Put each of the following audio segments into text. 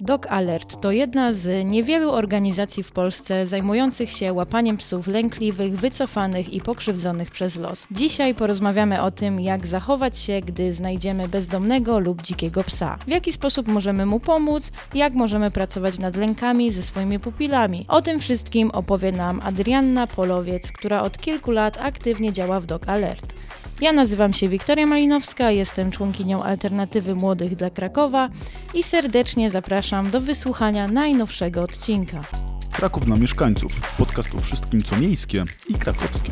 Dog Alert to jedna z niewielu organizacji w Polsce zajmujących się łapaniem psów lękliwych, wycofanych i pokrzywdzonych przez los. Dzisiaj porozmawiamy o tym, jak zachować się, gdy znajdziemy bezdomnego lub dzikiego psa. W jaki sposób możemy mu pomóc, jak możemy pracować nad lękami ze swoimi pupilami. O tym wszystkim opowie nam Adrianna Polowiec, która od kilku lat aktywnie działa w Dog Alert. Ja nazywam się Wiktoria Malinowska, jestem członkinią Alternatywy Młodych dla Krakowa i serdecznie zapraszam do wysłuchania najnowszego odcinka. Kraków dla mieszkańców. Podcast o wszystkim, co miejskie i krakowskie.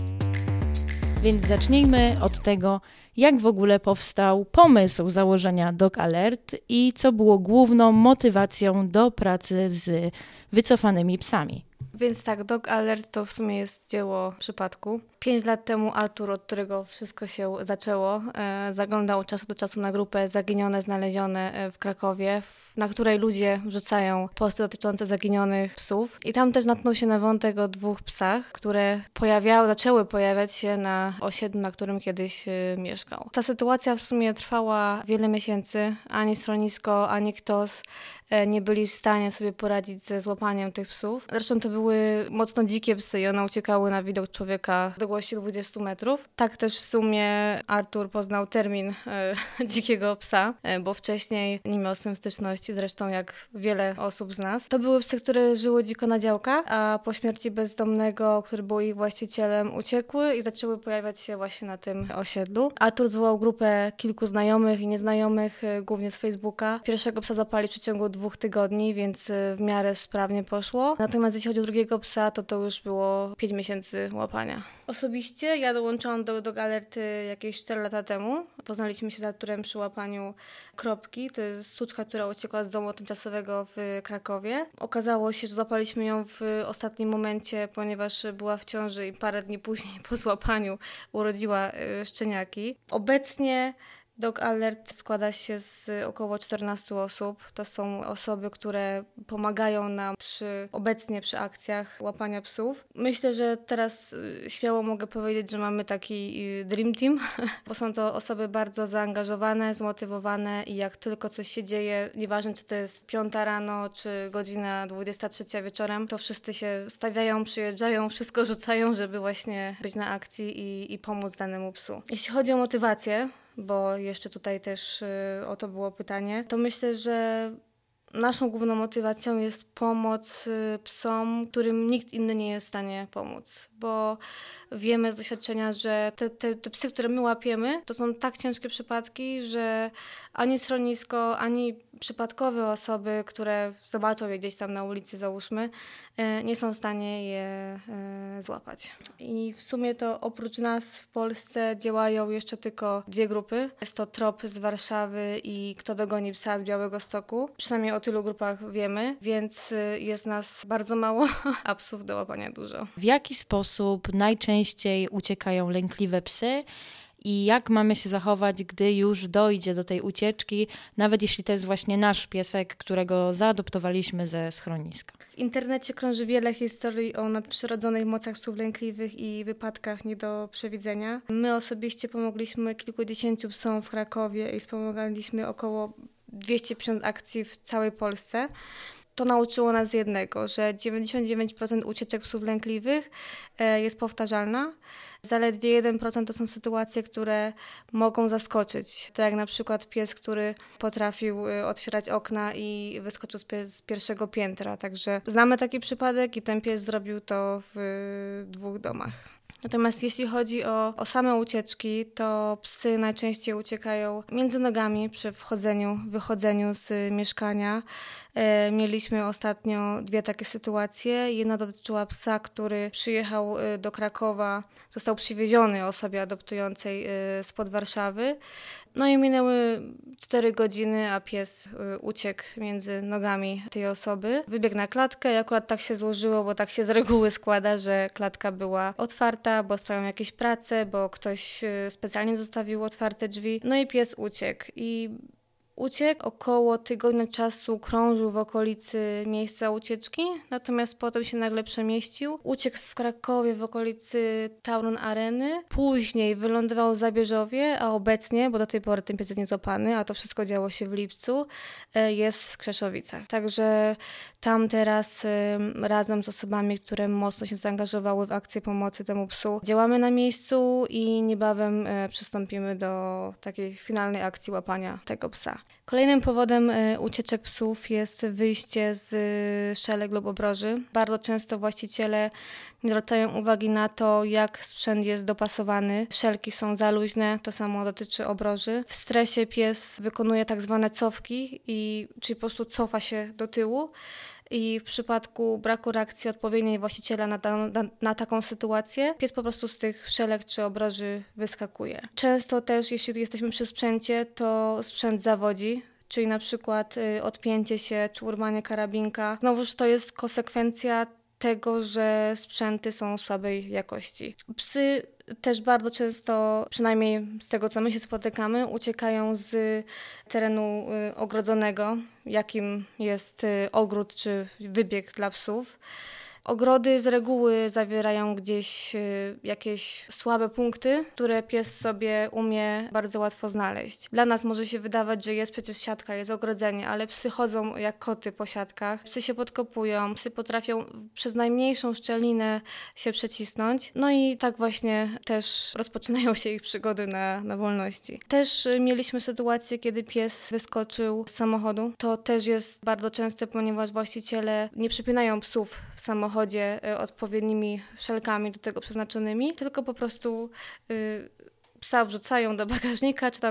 Więc zacznijmy od tego, jak w ogóle powstał pomysł założenia Dog Alert i co było główną motywacją do pracy z wycofanymi psami. Więc tak, Dog Alert to w sumie jest dzieło przypadku. 5 lat temu Artur, od którego wszystko się zaczęło, zaglądał od czasu do czasu na grupę Zaginione, Znalezione w Krakowie, na której ludzie wrzucają posty dotyczące zaginionych psów. I tam też natknął się na wątek o 2 psach, które zaczęły pojawiać się na osiedlu, na którym kiedyś mieszkał. Ta sytuacja w sumie trwała wiele miesięcy. Ani schronisko, ani KTOS nie byli w stanie sobie poradzić ze złapaniem tych psów. Zresztą to były mocno dzikie psy i one uciekały na widok człowieka w odległości 20 metrów. Tak też w sumie Artur poznał termin dzikiego psa, bo wcześniej nie miał z tym styczności, zresztą jak wiele osób z nas. To były psy, które żyły dziko na działkach, a po śmierci bezdomnego, który był ich właścicielem, uciekły i zaczęły pojawiać się właśnie na tym osiedlu. Artur zwołał grupę kilku znajomych i nieznajomych, głównie z Facebooka. Pierwszego psa zapali w przeciągu 2 tygodni, więc w miarę sprawnie poszło. Natomiast jeśli chodzi o drugiego psa, to już było 5 miesięcy łapania. Osobiście ja dołączyłam do Dog Alert jakieś 4 lata temu. Poznaliśmy się z Arturem przy łapaniu Kropki. To jest suczka, która uciekła z domu tymczasowego w Krakowie. Okazało się, że złapaliśmy ją w ostatnim momencie, ponieważ była w ciąży i parę dni później po złapaniu urodziła szczeniaki. Obecnie Dog Alert składa się z około 14 osób. To są osoby, które pomagają nam obecnie przy akcjach łapania psów. Myślę, że teraz śmiało mogę powiedzieć, że mamy taki dream team, bo są to osoby bardzo zaangażowane, zmotywowane i jak tylko coś się dzieje, nieważne czy to jest 5 rano, czy godzina 23 wieczorem, to wszyscy się stawiają, przyjeżdżają, wszystko rzucają, żeby właśnie być na akcji i pomóc danemu psu. Jeśli chodzi o motywację, bo jeszcze tutaj też o to było pytanie, to myślę, że naszą główną motywacją jest pomoc psom, którym nikt inny nie jest w stanie pomóc, bo wiemy z doświadczenia, że te psy, które my łapiemy, to są tak ciężkie przypadki, że ani schronisko, ani przypadkowe osoby, które zobaczą je gdzieś tam na ulicy, załóżmy, nie są w stanie je złapać. I w sumie to oprócz nas w Polsce działają jeszcze tylko 2 grupy. Jest to Trop z Warszawy i Kto dogoni psa z Białegostoku. Przynajmniej o tylu grupach wiemy, więc jest nas bardzo mało, a psów do łapania dużo. W jaki sposób najczęściej uciekają lękliwe psy? I jak mamy się zachować, gdy już dojdzie do tej ucieczki, nawet jeśli to jest właśnie nasz piesek, którego zaadoptowaliśmy ze schroniska. W internecie krąży wiele historii o nadprzyrodzonych mocach psów lękliwych i wypadkach nie do przewidzenia. My osobiście pomogliśmy kilkudziesięciu psom w Krakowie i wspomagaliśmy około 250 akcji w całej Polsce. To nauczyło nas jednego, że 99% ucieczek psów lękliwych jest powtarzalna. Zaledwie 1% to są sytuacje, które mogą zaskoczyć. Tak jak na przykład pies, który potrafił otwierać okna i wyskoczył z pierwszego piętra. Także znamy taki przypadek i ten pies zrobił to w 2 domach. Natomiast jeśli chodzi o same ucieczki, to psy najczęściej uciekają między nogami przy wychodzeniu z mieszkania. Mieliśmy ostatnio 2 takie sytuacje. Jedna dotyczyła psa, który przyjechał do Krakowa, został przywieziony osobie adoptującej spod Warszawy. No i minęły 4 godziny, a pies uciekł między nogami tej osoby. Wybiegł na klatkę i akurat tak się złożyło, bo tak się z reguły składa, że klatka była otwarta, bo trwają jakieś prace, bo ktoś specjalnie zostawił otwarte drzwi. No i pies uciekł i Uciekł, około tygodnia czasu krążył w okolicy miejsca ucieczki, natomiast potem się nagle przemieścił. Uciekł w Krakowie w okolicy Tauron Areny, później wylądował w Zabierzowie, a obecnie, bo do tej pory ten pies jest niezłapany, a to wszystko działo się w lipcu, jest w Krzeszowicach. Także tam teraz razem z osobami, które mocno się zaangażowały w akcję pomocy temu psu, działamy na miejscu i niebawem przystąpimy do takiej finalnej akcji łapania tego psa. Kolejnym powodem ucieczek psów jest wyjście z szelek lub obroży. Bardzo często właściciele nie zwracają uwagi na to, jak sprzęt jest dopasowany. Szelki są za luźne, to samo dotyczy obroży. W stresie pies wykonuje tak zwane cofki, czyli po prostu cofa się do tyłu. I w przypadku braku reakcji odpowiedniej właściciela na taką sytuację, pies po prostu z tych szelek czy obroży wyskakuje. Często też, jeśli jesteśmy przy sprzęcie, to sprzęt zawodzi, czyli na przykład odpięcie się czy urwanie karabinka. Znowuż to jest konsekwencja tego, że sprzęty są słabej jakości. Psy też bardzo często, przynajmniej z tego, co my się spotykamy, uciekają z terenu ogrodzonego, jakim jest ogród czy wybieg dla psów. Ogrody z reguły zawierają gdzieś jakieś słabe punkty, które pies sobie umie bardzo łatwo znaleźć. Dla nas może się wydawać, że jest przecież siatka, jest ogrodzenie, ale psy chodzą jak koty po siatkach. Psy się podkopują, psy potrafią przez najmniejszą szczelinę się przecisnąć. No i tak właśnie też rozpoczynają się ich przygody na wolności. Też mieliśmy sytuację, kiedy pies wyskoczył z samochodu. To też jest bardzo częste, ponieważ właściciele nie przypinają psów w samochodzie odpowiednimi szelkami do tego przeznaczonymi, tylko po prostu psa wrzucają do bagażnika, czy tam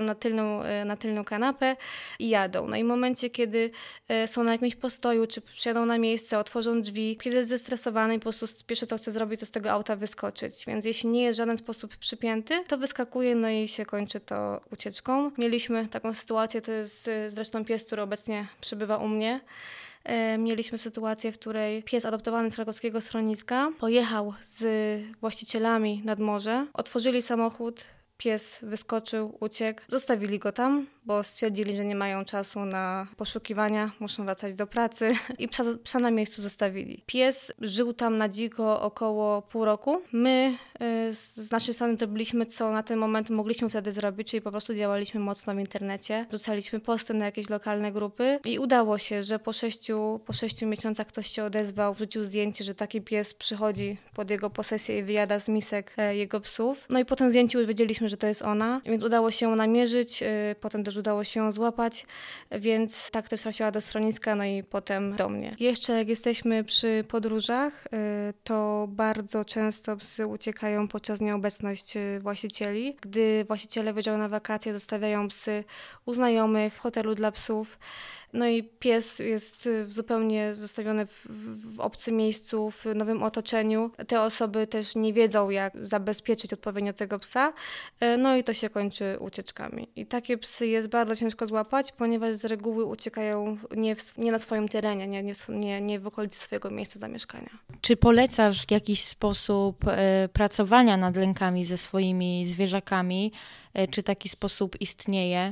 na tylną kanapę i jadą. No i w momencie, kiedy są na jakimś postoju, czy przyjadą na miejsce, otworzą drzwi, pies jest zestresowany i po prostu pierwsze, co chce zrobić, to z tego auta wyskoczyć. Więc jeśli nie jest w żaden sposób przypięty, to wyskakuje, no i się kończy to ucieczką. Mieliśmy taką sytuację, to jest zresztą pies, który obecnie przebywa u mnie. Mieliśmy sytuację, w której pies adoptowany z krakowskiego schroniska pojechał z właścicielami nad morze, otworzyli samochód, pies wyskoczył, uciekł, zostawili go tam, bo stwierdzili, że nie mają czasu na poszukiwania, muszą wracać do pracy i psa na miejscu zostawili. Pies żył tam na dziko około pół roku. My z naszej strony zrobiliśmy, co na ten moment mogliśmy wtedy zrobić, czyli po prostu działaliśmy mocno w internecie, wrzucaliśmy posty na jakieś lokalne grupy i udało się, że po 6 miesiącach ktoś się odezwał, wrzucił zdjęcie, że taki pies przychodzi pod jego posesję i wyjada z misek jego psów. No i po tym zdjęciu już wiedzieliśmy, że to jest ona, więc udało się ją namierzyć, potem też udało się ją złapać, więc tak też trafiła do schroniska, no i potem do mnie. Jeszcze jak jesteśmy przy podróżach, to bardzo często psy uciekają podczas nieobecności właścicieli. Gdy właściciele wyjeżdżają na wakacje, zostawiają psy u znajomych w hotelu dla psów. No i pies jest zupełnie zostawiony w obcym miejscu, w nowym otoczeniu. Te osoby też nie wiedzą, jak zabezpieczyć odpowiednio tego psa, no i to się kończy ucieczkami. I takie psy jest bardzo ciężko złapać, ponieważ z reguły uciekają nie na swoim terenie, nie w okolicy swojego miejsca zamieszkania. Czy polecasz jakiś sposób pracowania nad lękami ze swoimi zwierzakami? Czy taki sposób istnieje?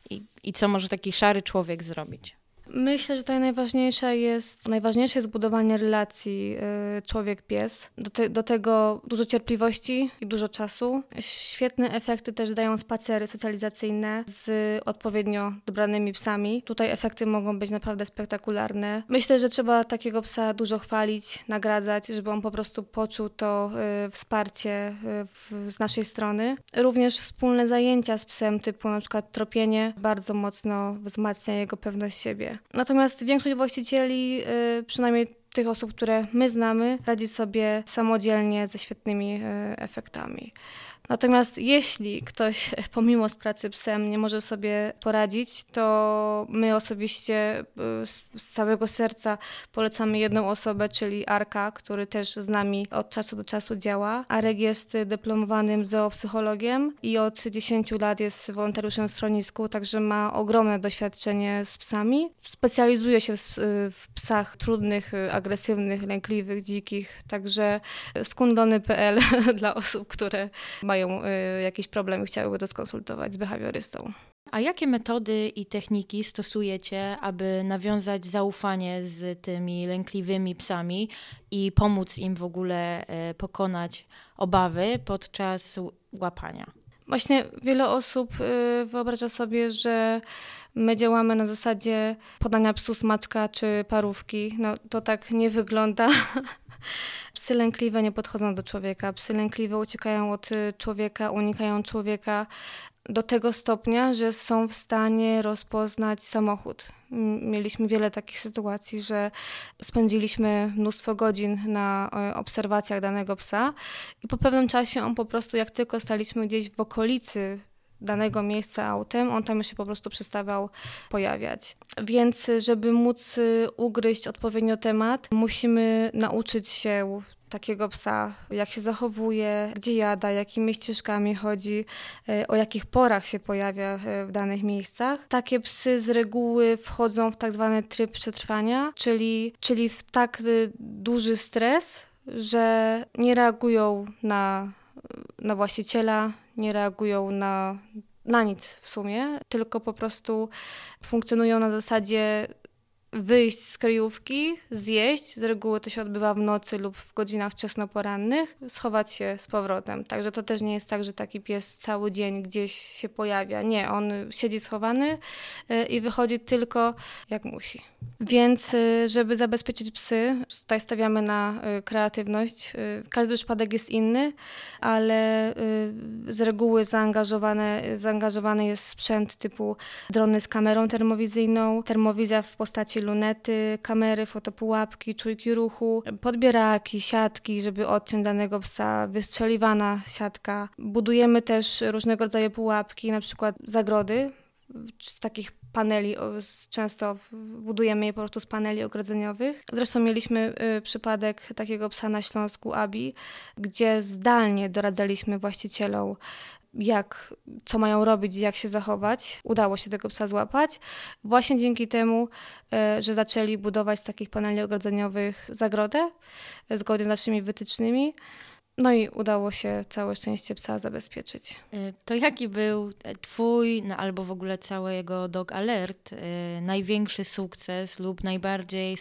I co może taki szary człowiek zrobić? Myślę, że tutaj najważniejsze jest budowanie relacji człowiek-pies. Do tego dużo cierpliwości i dużo czasu. Świetne efekty też dają spacery socjalizacyjne z odpowiednio dobranymi psami. Tutaj efekty mogą być naprawdę spektakularne. Myślę, że trzeba takiego psa dużo chwalić, nagradzać, żeby on po prostu poczuł to wsparcie z naszej strony. Również wspólne zajęcia z psem typu na przykład tropienie bardzo mocno wzmacnia jego pewność siebie. Natomiast większość właścicieli, przynajmniej tych osób, które my znamy, radzi sobie samodzielnie ze świetnymi efektami. Natomiast jeśli ktoś pomimo pracy psem nie może sobie poradzić, to my osobiście z całego serca polecamy jedną osobę, czyli Arka, który też z nami od czasu do czasu działa. Arek jest dyplomowanym zoopsychologiem i od 10 lat jest wolontariuszem w schronisku, także ma ogromne doświadczenie z psami. Specjalizuje się w psach trudnych, agresywnych, lękliwych, dzikich, także skundony.pl dla osób, które mają jakieś problemy, chciałyby to skonsultować z behawiorystą. A jakie metody i techniki stosujecie, aby nawiązać zaufanie z tymi lękliwymi psami i pomóc im w ogóle pokonać obawy podczas łapania? Właśnie wiele osób wyobraża sobie, że my działamy na zasadzie podania psu smaczka czy parówki. No to tak nie wygląda. Psy lękliwe nie podchodzą do człowieka. Psy lękliwe uciekają od człowieka, unikają człowieka do tego stopnia, że są w stanie rozpoznać samochód. Mieliśmy wiele takich sytuacji, że spędziliśmy mnóstwo godzin na obserwacjach danego psa i po pewnym czasie on po prostu, jak tylko staliśmy gdzieś w okolicy danego miejsca autem, on tam już się po prostu przestawał pojawiać. Więc żeby móc ugryźć odpowiednio temat, musimy nauczyć się takiego psa, jak się zachowuje, gdzie jada, jakimi ścieżkami chodzi, o jakich porach się pojawia w danych miejscach. Takie psy z reguły wchodzą w tak zwany tryb przetrwania, czyli w tak duży stres, że nie reagują na właściciela, nie reagują na nic w sumie, tylko po prostu funkcjonują na zasadzie wyjść z kryjówki, zjeść, z reguły to się odbywa w nocy lub w godzinach wczesnoporannych, schować się z powrotem. Także to też nie jest tak, że taki pies cały dzień gdzieś się pojawia. Nie, on siedzi schowany i wychodzi tylko jak musi. Więc żeby zabezpieczyć psy, tutaj stawiamy na kreatywność. Każdy przypadek jest inny, ale z reguły zaangażowany jest sprzęt typu drony z kamerą termowizyjną, termowizja w postaci lunety, kamery, fotopułapki, czujki ruchu, podbieraki, siatki, żeby odciąć danego psa, wystrzeliwana siatka. Budujemy też różnego rodzaju pułapki, na przykład zagrody z takich paneli, często budujemy je po prostu z paneli ogrodzeniowych. Zresztą mieliśmy przypadek takiego psa na Śląsku, Abi, gdzie zdalnie doradzaliśmy właścicielom, co mają robić, jak się zachować. Udało się tego psa złapać. Właśnie dzięki temu, że zaczęli budować z takich paneli ogrodzeniowych zagrodę zgodnie z naszymi wytycznymi. No i udało się całe szczęście psa zabezpieczyć. To jaki był twój, albo w ogóle całego Dog Alert, największy sukces lub najbardziej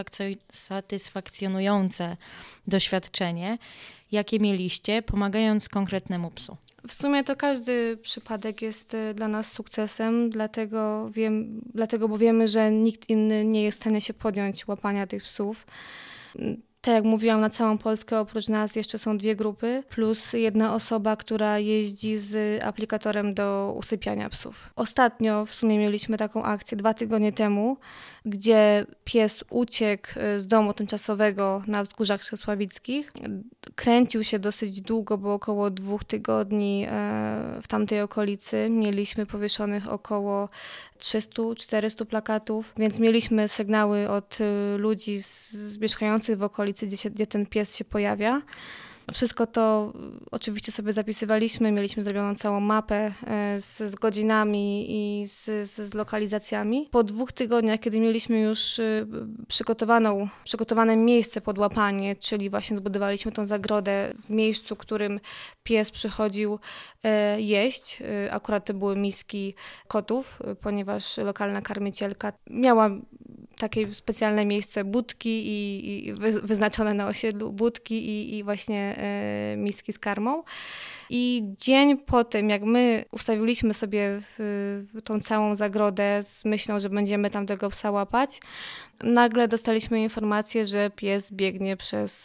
satysfakcjonujące doświadczenie, jakie mieliście, pomagając konkretnemu psu? W sumie to każdy przypadek jest dla nas sukcesem, dlatego bo wiemy, że nikt inny nie jest w stanie się podjąć łapania tych psów. Tak jak mówiłam, na całą Polskę oprócz nas jeszcze są 2 grupy, plus 1 osoba, która jeździ z aplikatorem do usypiania psów. Ostatnio w sumie mieliśmy taką akcję 2 tygodnie temu, gdzie pies uciekł z domu tymczasowego na wzgórzach Krzesławickich. Kręcił się dosyć długo, bo około 2 tygodni w tamtej okolicy. Mieliśmy powieszonych około 300-400 plakatów, więc mieliśmy sygnały od ludzi mieszkających w okolicy, gdzie ten pies się pojawia. Wszystko to oczywiście sobie zapisywaliśmy, mieliśmy zrobioną całą mapę z godzinami i z lokalizacjami. Po 2 tygodniach, kiedy mieliśmy już przygotowane miejsce pod łapanie, czyli właśnie zbudowaliśmy tą zagrodę w miejscu, w którym pies przychodził jeść. Akurat to były miski kotów, ponieważ lokalna karmicielka miała takie specjalne miejsce, budki i wyznaczone na osiedlu budki i właśnie miski z karmą. I dzień po tym, jak my ustawiliśmy sobie tą całą zagrodę z myślą, że będziemy tam tego psa łapać, nagle dostaliśmy informację, że pies biegnie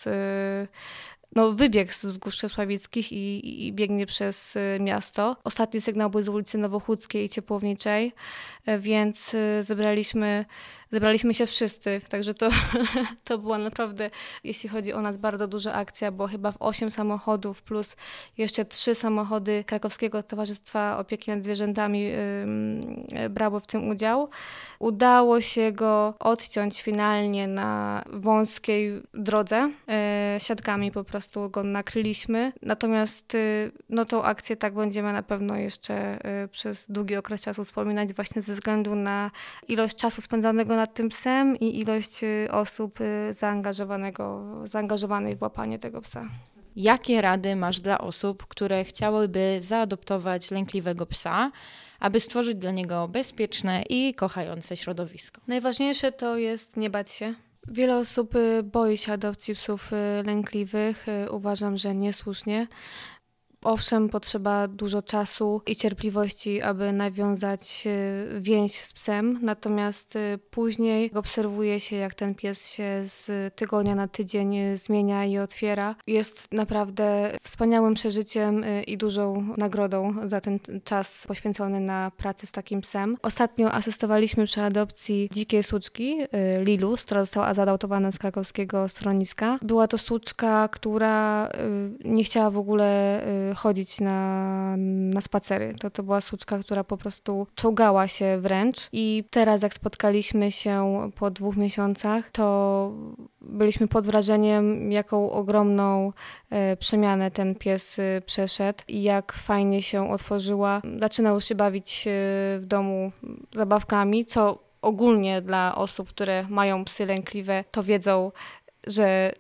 wybiegł z wzgórz Krzesławickich i biegnie przez miasto. Ostatni sygnał był z ulicy Nowochódzkiej i Ciepłowniczej, więc zebraliśmy się wszyscy, także to była naprawdę, jeśli chodzi o nas, bardzo duża akcja, bo chyba w 8 samochodów plus jeszcze 3 samochody Krakowskiego Towarzystwa Opieki nad Zwierzętami brało w tym udział. Udało się go odciąć finalnie na wąskiej drodze. Siatkami po prostu go nakryliśmy. Natomiast tą akcję tak będziemy na pewno jeszcze przez długi okres czasu wspominać, właśnie ze względu na ilość czasu spędzanego nad tym psem i ilość osób zaangażowanych w łapanie tego psa. Jakie rady masz dla osób, które chciałyby zaadoptować lękliwego psa, aby stworzyć dla niego bezpieczne i kochające środowisko. Najważniejsze to jest nie bać się. Wiele osób boi się adopcji psów lękliwych. Uważam, że niesłusznie. Owszem, potrzeba dużo czasu i cierpliwości, aby nawiązać więź z psem, natomiast później obserwuje się, jak ten pies się z tygodnia na tydzień zmienia i otwiera. Jest naprawdę wspaniałym przeżyciem i dużą nagrodą za ten czas poświęcony na pracę z takim psem. Ostatnio asystowaliśmy przy adopcji dzikiej suczki, Lilus, która została zaadoptowana z krakowskiego schroniska. Była to suczka, która nie chciała w ogóle chodzić na spacery. To była suczka, która po prostu czołgała się wręcz i teraz jak spotkaliśmy się po 2 miesiącach, to byliśmy pod wrażeniem, jaką ogromną przemianę ten pies przeszedł i jak fajnie się otworzyła. Zaczynał już się bawić w domu zabawkami, co ogólnie dla osób, które mają psy lękliwe, to wiedzą, że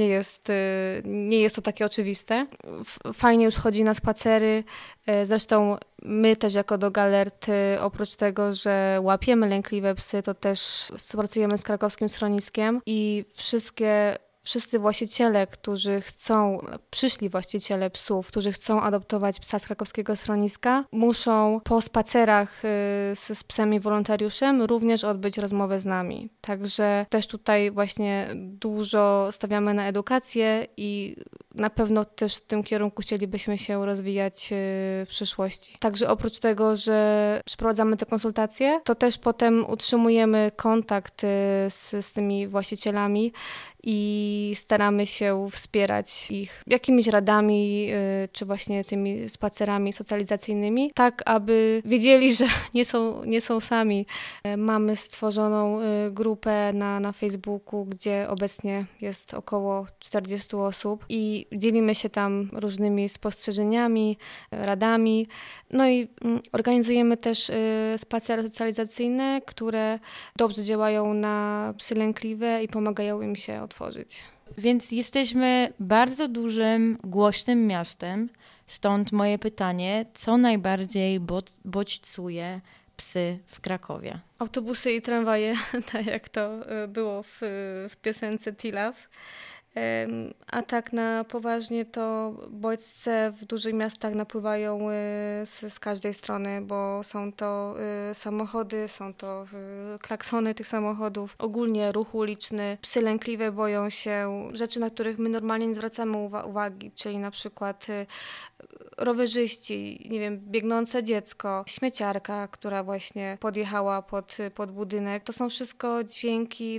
nie jest to takie oczywiste. Fajnie już chodzi na spacery. Zresztą my też jako Dog Alert, oprócz tego, że łapiemy lękliwe psy, to też współpracujemy z krakowskim schroniskiem i wszyscy właściciele, przyszli właściciele psów, którzy chcą adoptować psa z krakowskiego schroniska, muszą po spacerach z psem i wolontariuszem również odbyć rozmowę z nami. Także też tutaj właśnie dużo stawiamy na edukację i na pewno też w tym kierunku chcielibyśmy się rozwijać w przyszłości. Także oprócz tego, że przeprowadzamy te konsultacje, to też potem utrzymujemy kontakt z tymi właścicielami i staramy się wspierać ich jakimiś radami, czy właśnie tymi spacerami socjalizacyjnymi, tak aby wiedzieli, że nie są sami. Mamy stworzoną grupę na Facebooku, gdzie obecnie jest około 40 osób i dzielimy się tam różnymi spostrzeżeniami, radami. No i organizujemy też spacery socjalizacyjne, które dobrze działają na psy lękliwe i pomagają im się otworzyć. Więc jesteśmy bardzo dużym, głośnym miastem, stąd moje pytanie, co najbardziej bodźcuje psy w Krakowie? Autobusy i tramwaje, tak jak to było w piosence T-Love. A tak na poważnie to bodźce w dużych miastach napływają z każdej strony, bo są to samochody, są to klaksony tych samochodów, ogólnie ruch uliczny. Psy lękliwe boją się rzeczy, na których my normalnie nie zwracamy uwagi, czyli na przykład rowerzyści, nie wiem, biegnące dziecko, śmieciarka, która właśnie podjechała pod budynek. To są wszystko dźwięki,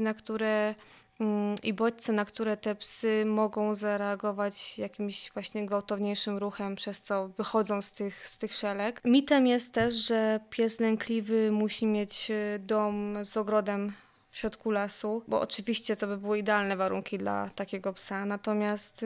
i bodźce, na które te psy mogą zareagować jakimś właśnie gwałtowniejszym ruchem, przez co wychodzą z tych szelek. Mitem jest też, że pies lękliwy musi mieć dom z ogrodem w środku lasu, bo oczywiście to by były idealne warunki dla takiego psa, natomiast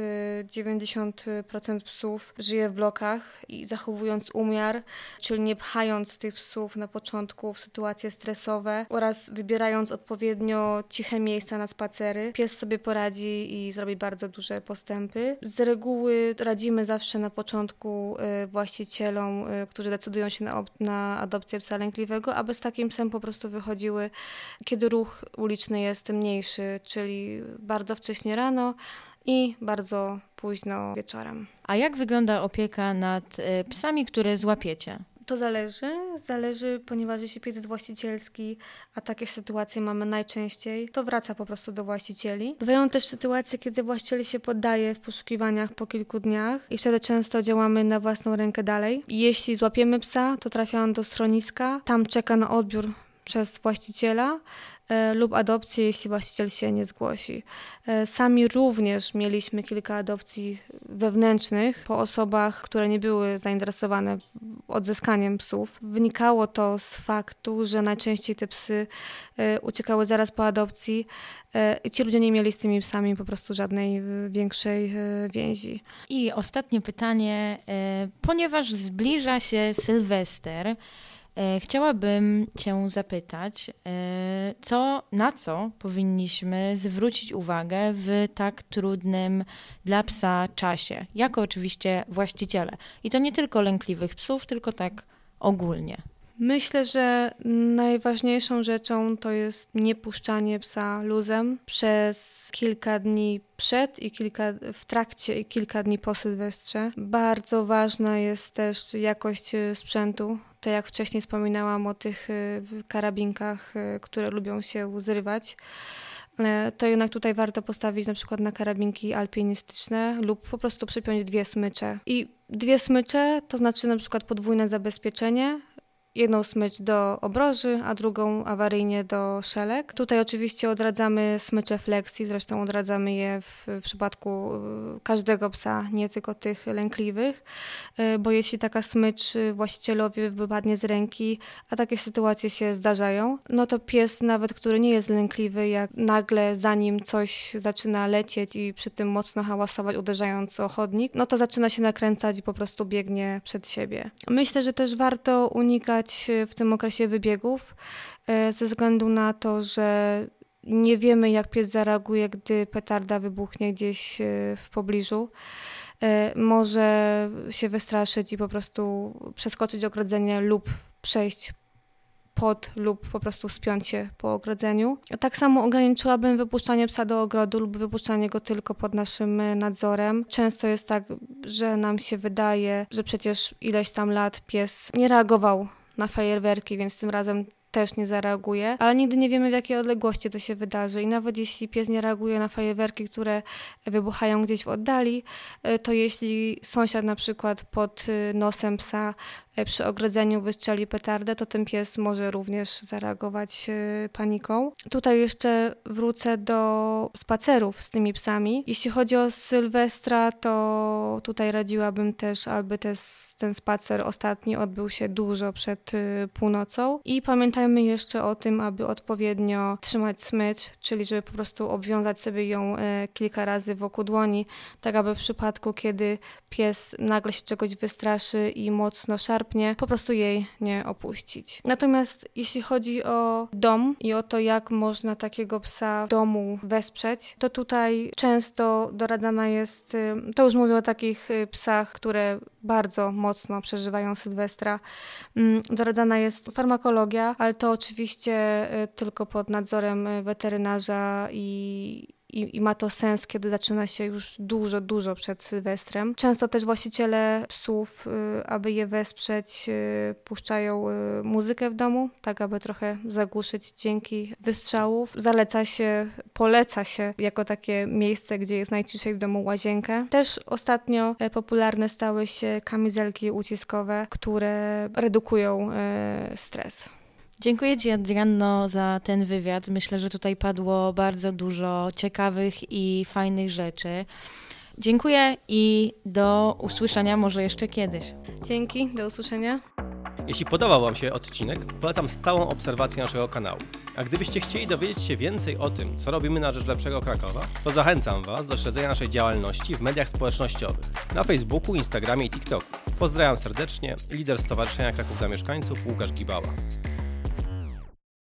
90% psów żyje w blokach i zachowując umiar, czyli nie pchając tych psów na początku w sytuacje stresowe oraz wybierając odpowiednio ciche miejsca na spacery, pies sobie poradzi i zrobi bardzo duże postępy. Z reguły radzimy zawsze na początku właścicielom, którzy decydują się na adopcję psa lękliwego, aby z takim psem po prostu wychodziły, kiedy ruch uliczny jest mniejszy, czyli bardzo wcześnie rano i bardzo późno wieczorem. A jak wygląda opieka nad psami, które złapiecie? To zależy, ponieważ jeśli pies jest właścicielski, a takie sytuacje mamy najczęściej, to wraca po prostu do właścicieli. Bywają też sytuacje, kiedy właściciel się poddaje w poszukiwaniach po kilku dniach i wtedy często działamy na własną rękę dalej. Jeśli złapiemy psa, to trafia on do schroniska, tam czeka na odbiór przez właściciela lub adopcję, jeśli właściciel się nie zgłosi. Sami również mieliśmy kilka adopcji wewnętrznych po osobach, które nie były zainteresowane odzyskaniem psów. Wynikało to z faktu, że najczęściej te psy uciekały zaraz po adopcji i ci ludzie nie mieli z tymi psami po prostu żadnej większej więzi. I ostatnie pytanie, ponieważ zbliża się Sylwester, chciałabym Cię zapytać, na co powinniśmy zwrócić uwagę w tak trudnym dla psa czasie, jako oczywiście właściciele. I to nie tylko lękliwych psów, tylko tak ogólnie. Myślę, że najważniejszą rzeczą to jest nie puszczanie psa luzem przez kilka dni przed i w trakcie i kilka dni po Sylwestrze. Bardzo ważna jest też jakość sprzętu. Tak jak wcześniej wspominałam o tych karabinkach, które lubią się zrywać. To jednak tutaj warto postawić na przykład na karabinki alpinistyczne lub po prostu przypiąć 2 smycze. I 2 smycze to znaczy na przykład podwójne zabezpieczenie, jedną smycz do obroży, a drugą awaryjnie do szelek. Tutaj oczywiście odradzamy smycze flexi, zresztą odradzamy je w przypadku każdego psa, nie tylko tych lękliwych, bo jeśli taka smycz właścicielowi wypadnie z ręki, a takie sytuacje się zdarzają, no to pies nawet, który nie jest lękliwy, jak nagle za nim coś zaczyna lecieć i przy tym mocno hałasować, uderzając o chodnik, no to zaczyna się nakręcać i po prostu biegnie przed siebie. Myślę, że też warto unikać w tym okresie wybiegów, ze względu na to, że nie wiemy, jak pies zareaguje, gdy petarda wybuchnie gdzieś w pobliżu. Może się wystraszyć i po prostu przeskoczyć ogrodzenie lub przejść pod lub po prostu wspiąć się po ogrodzeniu. Tak samo ograniczyłabym wypuszczanie psa do ogrodu lub wypuszczanie go tylko pod naszym nadzorem. Często jest tak, że nam się wydaje, że przecież ileś tam lat pies nie reagował na fajerwerki, więc tym razem też nie zareaguje, ale nigdy nie wiemy, w jakiej odległości to się wydarzy i nawet jeśli pies nie reaguje na fajerwerki, które wybuchają gdzieś w oddali, to jeśli sąsiad na przykład pod nosem psa przy ogrodzeniu wystrzeli petardę, to ten pies może również zareagować paniką. Tutaj jeszcze wrócę do spacerów z tymi psami. Jeśli chodzi o Sylwestra, to tutaj radziłabym też, aby ten spacer ostatni odbył się dużo przed północą. I pamiętajmy jeszcze o tym, aby odpowiednio trzymać smycz, czyli żeby po prostu obwiązać sobie ją kilka razy wokół dłoni, tak aby w przypadku, kiedy pies nagle się czegoś wystraszy i mocno szarpnie, po prostu jej nie opuścić. Natomiast jeśli chodzi o dom i o to, jak można takiego psa w domu wesprzeć, to tutaj często doradzana jest, to już mówię o takich psach, które bardzo mocno przeżywają Sylwestra, doradzana jest farmakologia, ale to oczywiście tylko pod nadzorem weterynarza i ma to sens, kiedy zaczyna się już dużo przed Sylwestrem. Często też właściciele psów, aby je wesprzeć, puszczają muzykę w domu, tak aby trochę zagłuszyć dźwięki wystrzałów. Poleca się jako takie miejsce, gdzie jest najciszej w domu, łazienkę. Też ostatnio popularne stały się kamizelki uciskowe, które redukują stres. Dziękuję Ci, Adrianno, za ten wywiad. Myślę, że tutaj padło bardzo dużo ciekawych i fajnych rzeczy. Dziękuję i do usłyszenia może jeszcze kiedyś. Dzięki, do usłyszenia. Jeśli podobał Wam się odcinek, polecam stałą obserwację naszego kanału. A gdybyście chcieli dowiedzieć się więcej o tym, co robimy na rzecz lepszego Krakowa, to zachęcam Was do śledzenia naszej działalności w mediach społecznościowych, na Facebooku, Instagramie i TikToku. Pozdrawiam serdecznie, lider Stowarzyszenia Kraków dla Mieszkańców Łukasz Gibała.